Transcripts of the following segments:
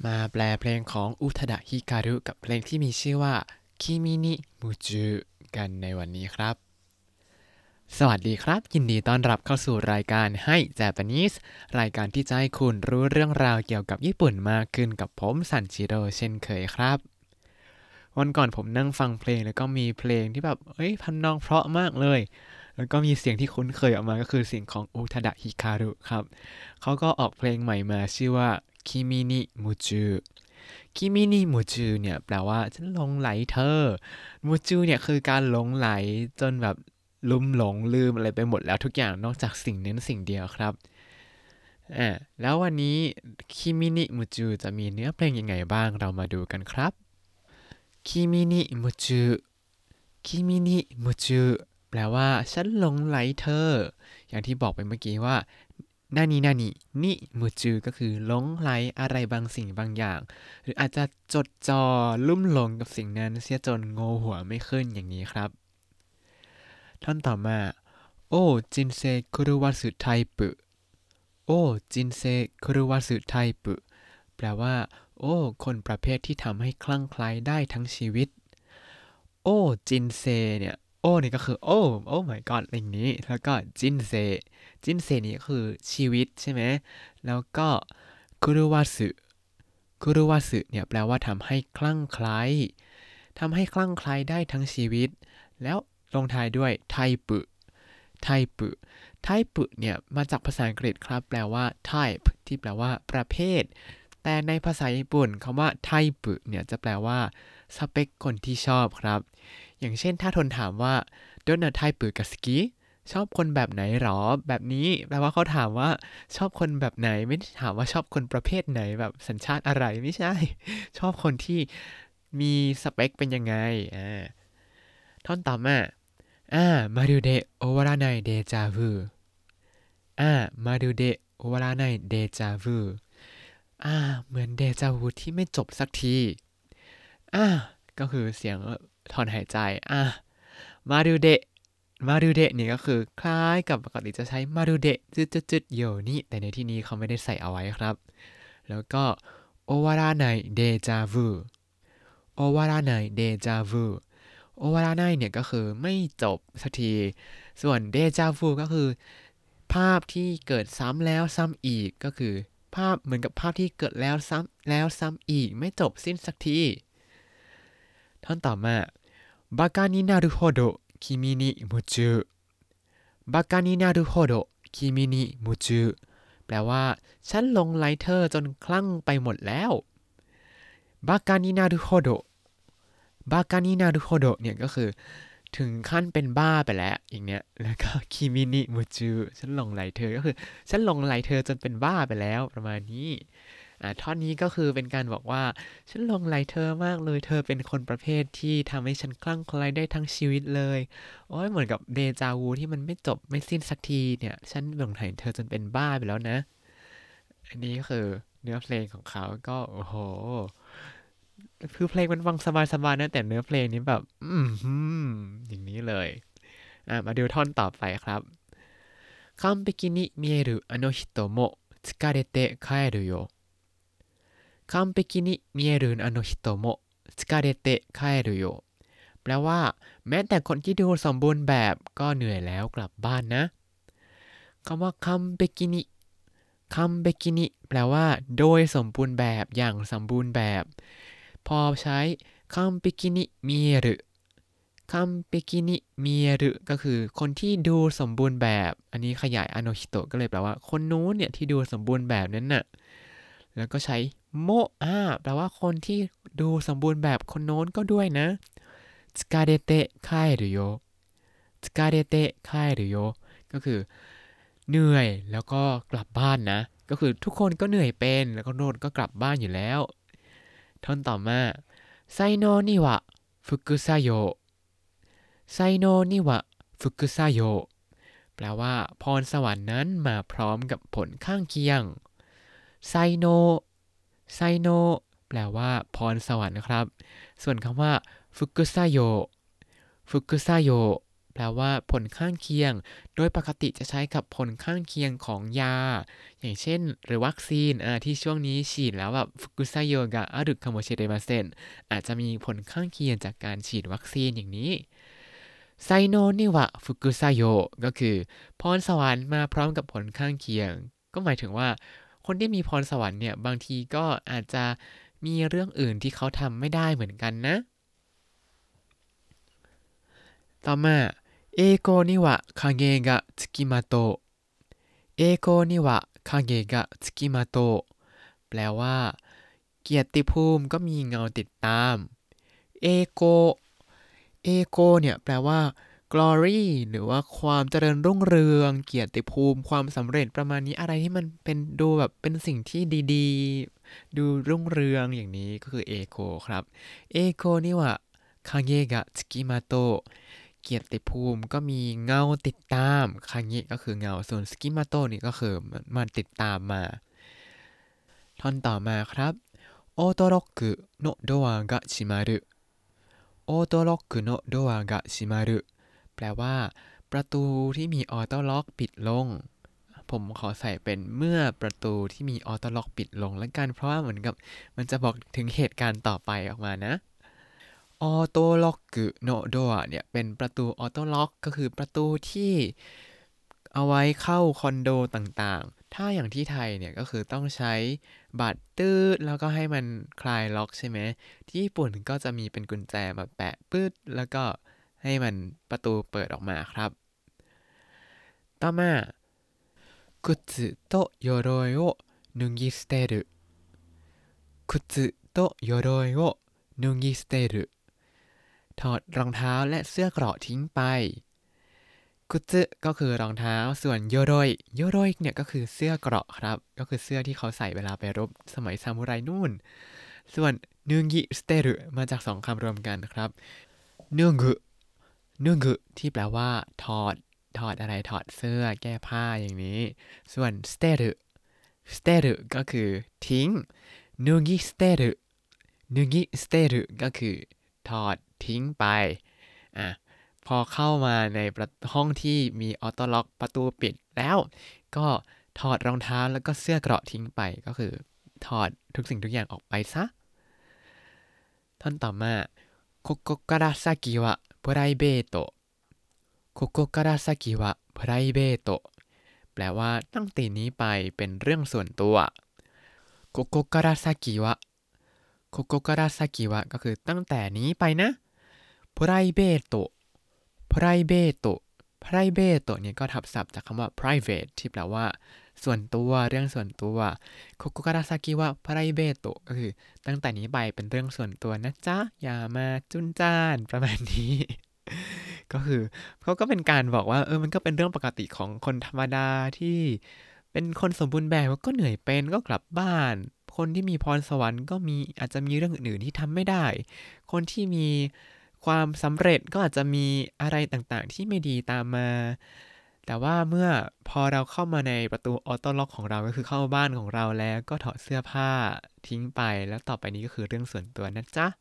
มาแปลเพลงของอุทดะฮิการุกับเพลงที่มีชื่อว่าคิมินิมูจูกันในวันนี้ครับสวัสดีครับยินดีต้อนรับเข้าสู่รายการให้เจแปนิสรายการที่จะให้คุณรู้เรื่องราวเกี่ยวกับญี่ปุ่นมากขึ้นกับผมซันจิโร่เช่นเคยครับวันก่อนผมนั่งฟังเพลงแล้วก็มีเพลงที่แบบทำนองเพราะมากเลยแล้วก็มีเสียงที่คุ้นเคยออกมาก็คือเสียงของอุทดะฮิการุครับเขาก็ออกเพลงใหม่มาชื่อว่าคิมินิมูจูคิมินิมูจูเนี่ยแปลว่าฉันหลงไหลเธอมูจูเนี่ยคือการหลงไหลจนแบบลุ่มหลงลืมอะไรไปหมดแล้วทุกอย่างนอกจากสิ่งนั้นสิ่งเดียวครับแล้ววันนี้คิมินิมูจูจะมีเนื้อเพลงยังไงบ้างเรามาดูกันครับคิมินิมูจูคิมินิมูจูแปลว่าฉันหลงไหลเธออย่างที่บอกไปเมื่อกี้ว่านานินานินิมูจูก็คือหลงไหลอะไรบางสิ่งบางอย่างหรืออาจจะจดจ่อลุ่มหลงกับสิ่งนั้นเสียจนโงหัวไม่ขึ้นอย่างนี้ครับท่อนต่อมาโอ้จินเซคุรุวาสึไทปุโอ้จินเซคุรุวาสึไทปุแปลว่าโอ้คนประเภทที่ทำให้คลั่งไคล้ได้ทั้งชีวิตโอ้จินเซเนี่ยโอ้นี่ก็คือโอ้ my god อะไรอย่างนี้แล้วก็จินเซจินเซนี่ก็คือชีวิตใช่ไหมแล้วก็คุรุวาสึคุรุวาสึเนี่ยแปลว่าทำให้คลั่งไคล้ทำให้คลั่งไคล้ได้ทั้งชีวิตแล้วลงท้ายด้วยไทปุไทปุไทปุเนี่ยมาจากภาษาอังกฤษครับแปลว่า type ที่แปลว่าประเภทแต่ในภาษาญี่ปุ่นคำว่าไทปุเนี่ยจะแปลว่าสเปคคนที่ชอบครับอย่างเช่นถ้าทนถามว่าโดนไทปุกับสกิชอบคนแบบไหนหรอแบบนี้แปลว่าเขาถามว่าชอบคนแบบไหนไม่ได้ถามว่าชอบคนประเภทไหนแบบสัญชาติอะไรไม่ใช่ชอบคนที่มีสเปคเป็นยังไงท่อนต่อมามาดูเดะโอวาระไนเดจาวูมาดูเดะโอวาระไนเดจาวูเหมือนเดจาวูที่ไม่จบสักทีก็คือเสียงถอนหายใจมาดูเดะมาดูเดะนี่ก็คือคล้ายกับปกติจะใช้มาดูเดะจุดๆโยนี่แต่ในที่นี้เขาไม่ได้ใส่เอาไว้ครับแล้วก็โอวาระไนเดจาวูโอวาระไนเดจาวูโอวาระไนเนี่ยก็คือไม่จบสักทีส่วนเดจาวูก็คือภาพที่เกิดซ้ำแล้วซ้ำอีกก็คือภาพเหมือนกับภาพที่เกิดแล้วซ้ำแล้วซ้ำอีกไม่จบสิ้นสักทีท่อนต่อมาบากานินารุโฮโดคิมินิมุจูบากานินารุโฮโดคิมินิมุจูแปลว่าฉันหลงไหลเธอจนคลั่งไปหมดแล้วบากานินารุโฮโดบากานินารุโฮโดเนี่ยก็คือถึงขั้นเป็นบ้าไปแล้วอย่างเนี้ยแล้วก็คิมินิมุจูฉันหลงไหลเธอก็คือฉันหลงไหลเธอจนเป็นบ้าไปแล้วประมาณนี้ท่อนนี้ก็คือเป็นการบอกว่าฉันหลงใหลเธอมากเลยเธอเป็นคนประเภทที่ทำให้ฉันคลั่งไคล้ได้ทั้งชีวิตเลยโอ้ยเหมือนกับเดจาวูที่มันไม่จบไม่สิ้นสักทีเนี่ยฉันหลงใหลเธอจนเป็นบ้าไปแล้วนะอันนี้ก็คือเนื้อเพลงของเขาก็โอ้โหคือเพลงมันฟังสบายๆนะแต่เนื้อเพลงนี้แบบอย่างนี้เลยมาดูท่อนต่อไปครับ完璧に見えるあの人も疲れて帰るよ完璧に見えるあの人も疲れて帰るよแปลว่าแม้แต่คนที่ดูสมบูรณ์แบบก็เหนื่อยแล้วกลับบ้านนะคำว่าคัมเบกินิคัมเบกินิแปลว่าโดยสมบูรณ์แบบอย่างสมบูรณ์แบบพอใช้คัมเบกินิมิเอรุคัมเบกินิมิเอรุก็คือคนที่ดูสมบูรณ์แบบอันนี้ขยายอโนฮิโตะก็เลยแปลว่าคนนู้นเนี่ยที่ดูสมบูรณ์แบบนั้นน่ะแล้วก็ใช้โมแปลว่าคนที่ดูสมบูรณ์แบบคนโน้นก็ด้วยนะสกาเดเตะคายรุโยสกาเดเตะคายรุโยก็คือเหนื่อยแล้วก็กลับบ้านนะก็คือทุกคนก็เหนื่อยเป็นแล้วก็โน้นก็กลับบ้านอยู่แล้วท่อนต่อมาไซโนนิวะฟุกุไซโยไซโนนิวะฟุกุไซโยแปลว่าพรสวรรค์นั้นมาพร้อมกับผลข้างเคียงไซโนไซโนแปลว่าพรสวรรค์นะครับส่วนคำว่าฟุกุไซโยฟุกุไซโยแปลว่าผลข้างเคียงโดยปกติจะใช้กับผลข้างเคียงของยาอย่างเช่นหรือวัคซีนที่ช่วงนี้ฉีดแล้วแบบฟุกุไซโยกะอารุคาโมชิเดมาเซนอาจจะมีผลข้างเคียงจากการฉีดวัคซีนอย่างนี้ไซโนนิวะฟุกุไซโยก็คือพรสวรรค์มาพร้อมกับผลข้างเคียงก็หมายถึงว่าคนที่มีพรสวรรค์เนี่ยบางทีก็อาจจะมีเรื่องอื่นที่เขาทำไม่ได้เหมือนกันนะต่อมาเอโกนิวะคาเกะกะつきまとうเอโกนิวะคาเกะกะつきまとうแปลว่าเกียรติภูมิก็มีเงาติดตามเอโกเนี่ยแปลว่า glory หรือว่าความเจริญรุ่งเรืองเกียรติภูมิความสำเร็จประมาณนี้อะไรที่มันเป็นดูแบบเป็นสิ่งที่ดีๆดูรุ่งเรืองอย่างนี้ก็คือเอโกครับเอโกนี่ว่าคาเงะกะつきまとうเกียรติภูมิก็มีเงาติดตามคาเงะก็คือเงาส่วนสกิมาโตนี่ก็คือมันติดตามมาท่อนต่อมาครับโอโตโรกุโนะโดะกะชิมารุโอโตโรกุโนะโดะกะชิมารุแปลว่าประตูที่มีออโต้ล็อกปิดลงผมขอใส่เป็นเมื่อประตูที่มีออโต้ล็อกปิดลงแล้วกันเพราะว่าเหมือนกับมันจะบอกถึงเหตุการณ์ต่อไปออกมานะออโต้ล็อกโนะโดะเนี่ยเป็นประตูออโต้ล็อกก็คือประตูที่เอาไว้เข้าคอนโดต่างๆถ้าอย่างที่ไทยเนี่ยก็คือต้องใช้บัตรตืดแล้วก็ให้มันคลายล็อกใช่ไหมที่ญี่ปุ่นก็จะมีเป็นกุญแจมาแปะปื๊ดแล้วก็ให้มันประตูเปิดออกมาครับต่อมากุสึโตโยโรยโอนุงิสเตรุกุสึโตโยโรยโอนุงิสเตรุถอดรองเท้าและเสื้อเกราะทิ้งไปกุสึก็คือรองเท้าส่วนโยโรยเนี่ยก็คือเสื้อเกราะครับก็คือเสื้อที่เขาใส่เวลาไปรบสมัยซามูไรนู่นส่วนนุงิสเตรุมาจากสองคำรวมกันครับนุงุที่แปลว่าถอดอะไรถอดเสื้อแก้ผ้าอย่างนี้ส่วนสเตรุก็คือทิ้งนุงิสเตรุก็คือถอดทิ้งไปอ่ะพอเข้ามาในห้องที่มีออโต้ล็อกประตูปิดแล้วก็ถอดรองเท้าแล้วก็เสื้อเกราะทิ้งไปก็คือถอดทุกสิ่งทุกอย่างออกไปซะท่อนต่อมาここから先はプライベートここから先はプライベートแปลว่าตั้งแต่นี้ไปเป็นเรื่องส่วนตัวここから先はโคโกการาซากิวะก็คือตั้งแต่นี้ไปนะ private private เนี่ยก็ทับศัพท์จากคำว่า private ที่แปลว่าส่วนตัวเรื่องส่วนตัวโคโกการาซากิวะ private ก็คือตั้งแต่นี้ไปเป็นเรื่องส่วนตัวนะจ๊ะอย่ามาจุนจ้านประมาณนี้ก็คือเขาก็เป็นการบอกว่ามันก็เป็นเรื่องปกติของคนธรรมดาที่เป็นคนสมบูรณ์แบบก็เหนื่อยเป็นก็กลับบ้านคนที่มีพรสวรรค์ก็มีอาจจะมีเรื่องอื่นๆที่ทำไม่ได้คนที่มีความสำเร็จก็อาจจะมีอะไรต่างๆที่ไม่ดีตามมาแต่ว่าเมื่อพอเราเข้ามาในประตูออโต้ล็อกของเราก็คือเข้าบ้านของเราแล้วก็ถอดเสื้อผ้าทิ้งไปแล้วต่อไปนี้ก็คือเรื่องส่วนตัวนะจ๊ะ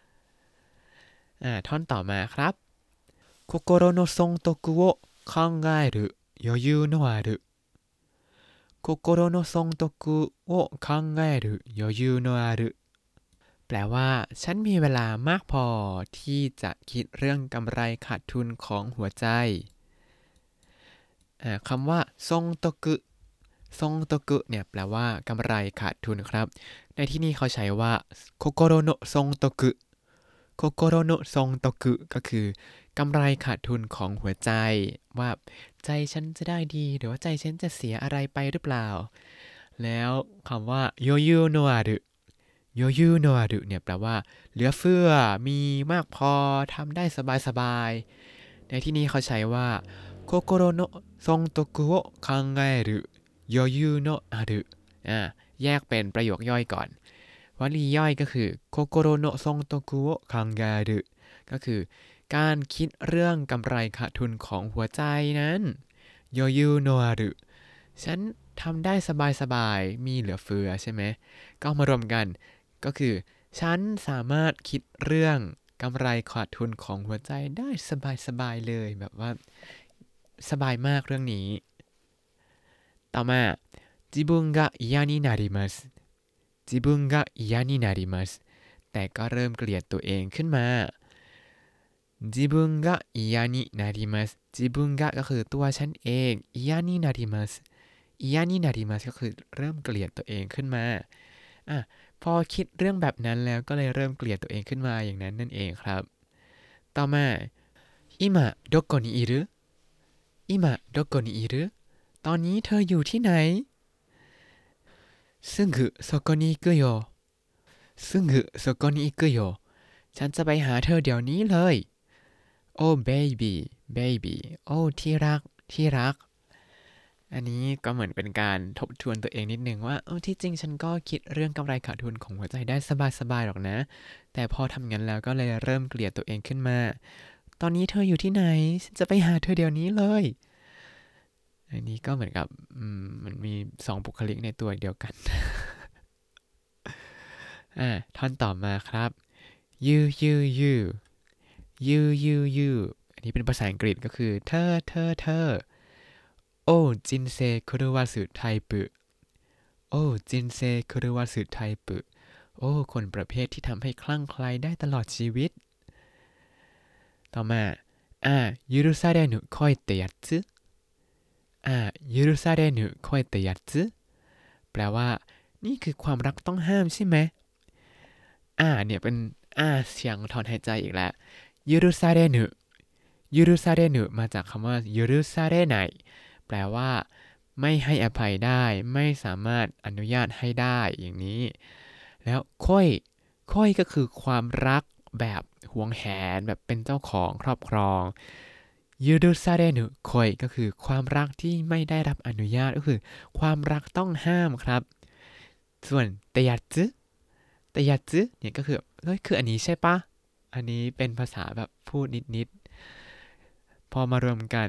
ท่อนต่อมาครับ心の損得を考える余裕のある心の損得を考える余裕のあるแปลว่าฉันมีเวลามากพอที่จะคิดเรื่องกำไรขาดทุนของหัวใจคำว่าทรงโตกุเนี่ยแปลว่ากำไรขาดทุนครับในที่นี้เขาใช้ว่าโคโกโรโนทรงโตกุโคโกโรโนทรงโตกุก็คือกำไรขาดทุนของหัวใจว่าใจฉันจะได้ดีหรือว่าใจฉันจะเสียอะไรไปหรือเปล่าแล้วคำว่าโยยูโนอารุเนี่ยแปลว่าเหลือเฟือมีมากพอทำได้สบายๆในที่นี้เขาใช้ว่าโคโกโรโนทรงโตกุโอคังเอรุโยยูโนอารุแยกเป็นประโยคย่อยก่อนวลีย่อยก็คือโคโกโรโนทรงโตกุโอคังเอรุก็คือการคิดเรื่องกำไรขาดทุนของหัวใจนั้นโยยูโนอารุฉันทำได้สบายๆมีเหลือเฟือใช่ไหมก็มารวมกันก็คือฉันสามารถคิดเรื่องกำไรขาดทุนของหัวใจได้สบายๆเลยแบบว่าสบายมากเรื่องนี้ต่อมา自分が嫌になります自分が嫌になりますแต่ก็เริ่มเกลียดตัวเองขึ้นมา自分が嫌になります自分がก็คือตัวฉันเอง嫌になります嫌になりますก็คือเริ่มเกลียดตัวเองขึ้นมาอ่ะพอคิดเรื่องแบบนั้นแล้วก็เลยเริ่มเกลียดตัวเองขึ้นมาอย่างนั้นนั่นเองครับต่อมา今どこにいる今どこにいるตอนนี้เธออยู่ที่ไหนすぐそこに行くよすぐそこに行くよฉันจะไปหาเธอเดี๋ยวนี้เลยโอ้เบบี้เบบี้โอ้ที่รักที่รักอันนี้ก็เหมือนเป็นการทบทวนตัวเองนิดนึงว่าที่จริงฉันก็คิดเรื่องกำไรขาดทุนของหัวใจได้สบายๆหรอกนะแต่พอทำงั้นแล้วก็เลยเริ่มเกลียดตัวเองขึ้นมาตอนนี้เธออยู่ที่ไหนฉันจะไปหาเธอเดี๋ยวนี้เลยอันนี้ก็เหมือนกับมันมี2บุคลิกในตัวเดียวกัน ท่อนต่อมาครับ you you you you you you อันนี้เป็นภาษาอังกฤษก็คือเธอเธอเธอโอ้จินเซคุรุวาสึไทปุโอ้จินเซคุรุวาสึไทปุโอ้คนประเภทที่ทำให้คลั่งไคล้ได้ตลอดชีวิตต่อมายูรุซาเรนุคอยเตยัตสึยูรุซาเรนุคอยเตยัตสึแปลว่านี่คือความรักต้องห้ามใช่ไหมเนี่ยเป็นเสียงถอนหายใจอีกแล้วยูรุซาเรนุยูรุซาเรนุมาจากคำว่ายูรุซาเรไนแปลว่าไม่ให้อภัยได้ไม่สามารถอนุญาตให้ได้อย่างนี้แล้วค่อยก็คือความรักแบบหวงแหนแบบเป็นเจ้าของครอบครองยูรุซาเรนุค่อยก็คือความรักที่ไม่ได้รับอนุญาตก็คือความรักต้องห้ามครับส่วนเตยัตสึเนี่ยก็คือคืออันนี้ใช่ปะอันนี้เป็นภาษาแบบพูดนิดๆพอมารวมกัน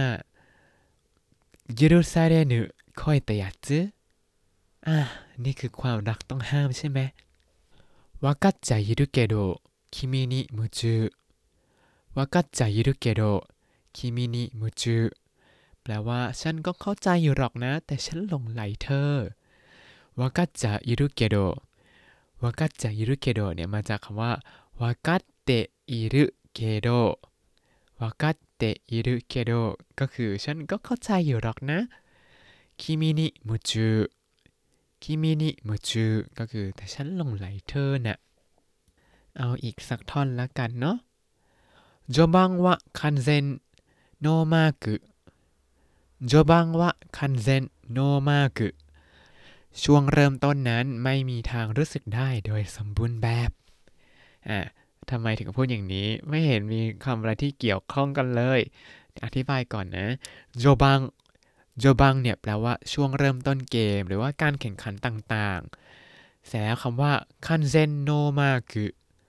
ยูรุซาเรนุคอยเตยัตสึนี่คือความรักต้องห้ามใช่ไหมわかっちゃいるけど君に夢中わかっちゃいるけど君に夢中แปลว่าฉันก็เข้าใจอยู่หรอกนะแต่ฉันหลงใหลเธอわかっちゃいるけどわかっちゃいるけどเนี่ยมาจากคำว่าわかっているけどわかっているけどก็คือฉันก็เข้าใจอยู่หรอกนะ君に夢中คิมินิมุจูก็คือแต่ฉันหลงไหลเธอน่ะเอาอีกสักท่อนละกันเนาะ序盤は完全ノーマーク序盤は完全ノーマークช่วงเริ่มต้นนั้นไม่มีทางรู้สึกได้โดยสมบูรณ์แบบทำไมถึงพูดอย่างนี้ไม่เห็นมีคำอะไรที่เกี่ยวข้องกันเลยอธิบายก่อนนะโจบังเนี่ยแปลว่าช่วงเริ่มต้นเกมหรือว่าการแข่งขันต่างๆเสร็จแล้วคำว่าคันเซนโนมากุ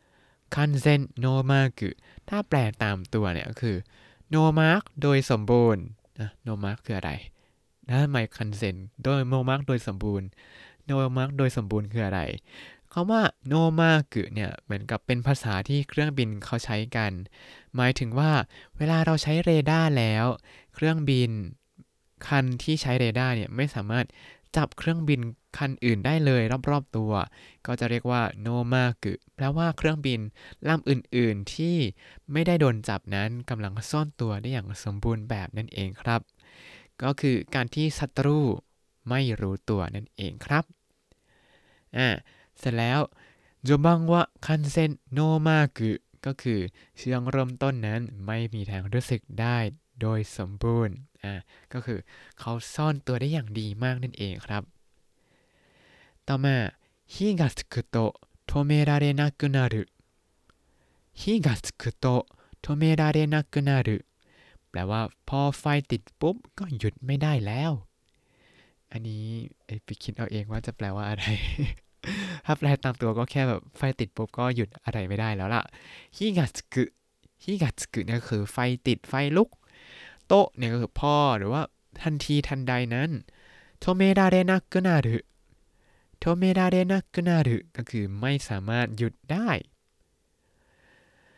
ถ้าแปลตามตัวเนี่ยก็คือโนมาร์กโดยสมบูรณ์โนมาร์กคืออะไรแล้วทำไมคันเซนโดยโนมาร์กโดยสมบูรณ์โนมาร์กโดยสมบูรณ์คืออะไรคำว่าโนมากุเนี่ยเหมือนกับเป็นภาษาที่เครื่องบินเขาใช้กันหมายถึงว่าเวลาเราใช้เรดาร์แล้วเครื่องบินคันที่ใช้เรดาร์เนี่ยไม่สามารถจับเครื่องบินคันอื่นได้เลยรอบๆตัวก็จะเรียกว่าโนมากุแปลว่าเครื่องบินลำอื่นๆที่ไม่ได้โดนจับนั้นกำลังซ่อนตัวได้อย่างสมบูรณ์แบบนั่นเองครับก็คือการที่ศัตรูไม่รู้ตัวนั่นเองครับเสร็จแล้วโจบังวะคันเซ็นโนมากุก็คือช่วงเริ่มต้นนั้นไม่มีทางรู้สึกได้โดยสมบูรณ์ก็คือเขาซ่อนตัวได้อย่างดีมากนั่นเองครับต่อมาฮิกาสึคุโตะโทเมราเรนะกุนารุฮิกาสึคุโตะโทเมราเรนะกุนารุแปลว่าพอไฟติดปุ๊บก็หยุดไม่ได้แล้วอันนี้ไปคิดเอาเองว่าจะแปลว่าอะไร ถ้าแปลตามตัวก็แค่แบบไฟติดปุ๊บก็หยุดอะไรไม่ได้แล้วล่ะฮิกาสึกุเนี่ยคือไฟติดไฟลุกโตะเนี่ยก็คือพ่อหรือว่าทันทีทันใดนั้นโทเมราเรนะกุนารุก็คือไม่สามารถหยุดได้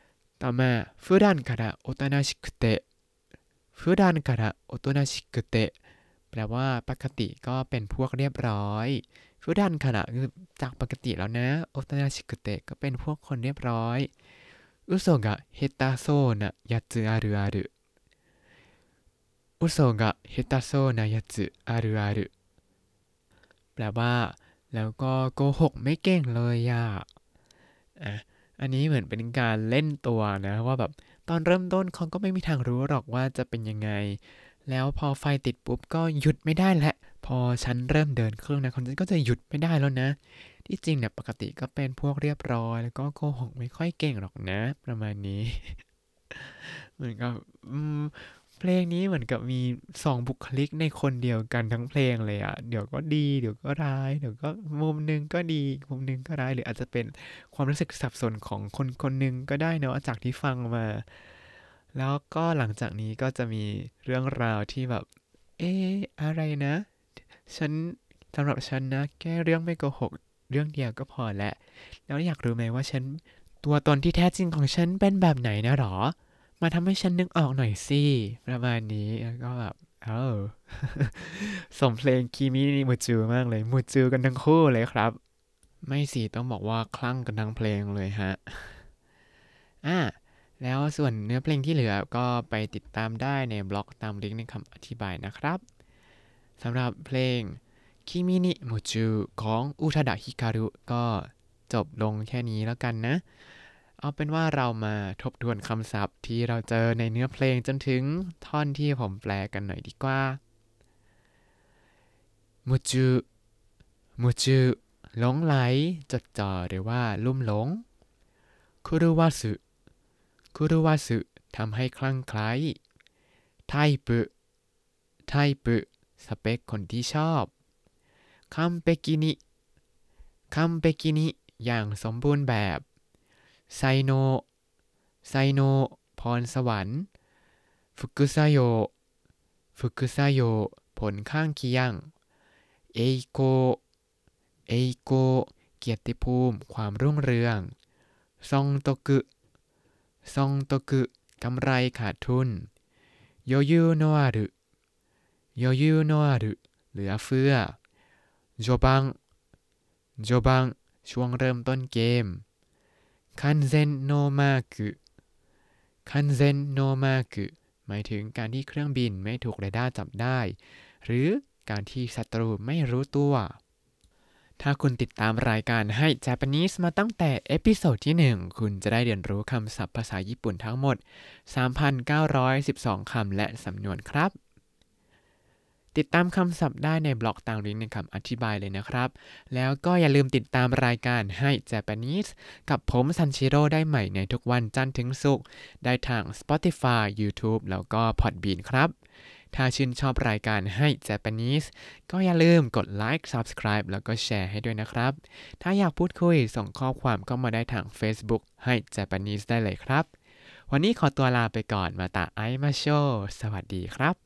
ต่อมา普段からおとなしくて普段からおとなしくてแปลว่าปกติก็เป็นพวกเรียบร้อย普段からคือจากปกติแล้วนะโอตนาชิกุเตะก็เป็นพวกคนเรียบร้อยอุโซกะเฮตาโซนะยาสึอารุอารุอุโซกะเฮตาโซนะยาสึอารุอารุแปลว่าแล้วก็โกหกไม่เก่งเลยอ่ะอันนี้เหมือนเป็นการเล่นตัวนะว่าแบบตอนเริ่มต้นเขาก็ไม่มีทางรู้หรอกว่าจะเป็นยังไงแล้วพอไฟติดปุ๊บก็หยุดไม่ได้แหละพอฉันเริ่มเดินเครื่องนะคนก็จะหยุดไม่ได้แล้วนะที่จริงเนี่ยปกติก็เป็นพวกเรียบร้อยแล้วก็โกหกไม่ค่อยเก่งหรอกนะประมาณนี้ เหมือนกับเพลงนี้เหมือนกับมี2บุคลิกในคนเดียวกันทั้งเพลงเลยเดี๋ยวก็ดีเดี๋ยวก็ร้ายเดี๋ยวก็มุมหนึงก็ดีมุมหนึงก็ร้ายหรืออาจจะเป็นความรู้สึกสับสนของคนคนหนึงก็ได้เนอะจากที่ฟังมาแล้วก็หลังจากนี้ก็จะมีเรื่องราวที่แบบอะไรนะฉันสำหรับฉันนะแค่เรื่องไม่โกหกเรื่องเดียวก็พอแล้วอยากรู้ไหมว่าตัวตนที่แท้จริงของฉันเป็นแบบไหนนะหรอมาทำให้ฉันนึกออกหน่อยสิประมาณนี้แล้วก็แบบสมเพลงคีมินิมูจูมากเลยมูจูกันทั้งคู่เลยครับไม่สิต้องบอกว่าคลั่งกันทั้งเพลงเลยฮะแล้วส่วนเนื้อเพลงที่เหลือก็ไปติดตามได้ในบล็อกตามลิงก์ในคำอธิบายนะครับสำหรับเพลงคิมินิมูจูของอุทาดะฮิคารุก็จบลงแค่นี้แล้วกันนะเอาเป็นว่าเรามาทบทวนคำศัพท์ที่เราเจอในเนื้อเพลงจนถึงท่อนที่ผมแปลกันหน่อยดีกว่ามูจูมูจูหลงไหลจดจ่อหรือว่าลุ่มหลงคุรุวาสึคุรุวาสึทำให้คลั่งไคล้ไทปุไทปุสเปคคนที่ชอบคัมเปกินิคัมเปกินิอย่างสมบูรณ์แบบไซโนไซโนพรสวรรค์ฟุกุไซโยฟุกุไซโยผลข้างเคียงเอโกเอโกเกียรติภูมิความรุ่งเรืองซองโตกุซองโตกุกำไรขาดทุนโยยูโนอารุโยยูโนอารุเหลือเฟือโจบังโจบังช่วงเริ่มต้นเกมคันเซ็นโนมากุคันเซ็นโนมากุหมายถึงการที่เครื่องบินไม่ถูกเรดาร์จับได้หรือการที่ศัตรูไม่รู้ตัวถ้าคุณติดตามรายการให้ Japanese มาตั้งแต่เอพิโซดที่1คุณจะได้เรียนรู้คำศัพท์ภาษาญี่ปุ่นทั้งหมด 3,912 คำและสำนวนครับติดตามคำศัพท์ได้ในบล็อกตามลิงก์ในคำอธิบายเลยนะครับแล้วก็อย่าลืมติดตามรายการให้ Japanese กับผมซันชิโร่ได้ใหม่ในทุกวันจันทร์ถึงศุกร์ได้ทาง Spotify YouTube แล้วก็ Podbean ครับถ้าชื่นชอบรายการให้ Japanese ก็อย่าลืมกดไลค์ Subscribe แล้วก็แชร์ให้ด้วยนะครับถ้าอยากพูดคุยส่งข้อความก็มาได้ทาง Facebook ให้ Japanese ได้เลยครับวันนี้ขอตัวลาไปก่อนมาตาไอมาโชสวัสดีครับ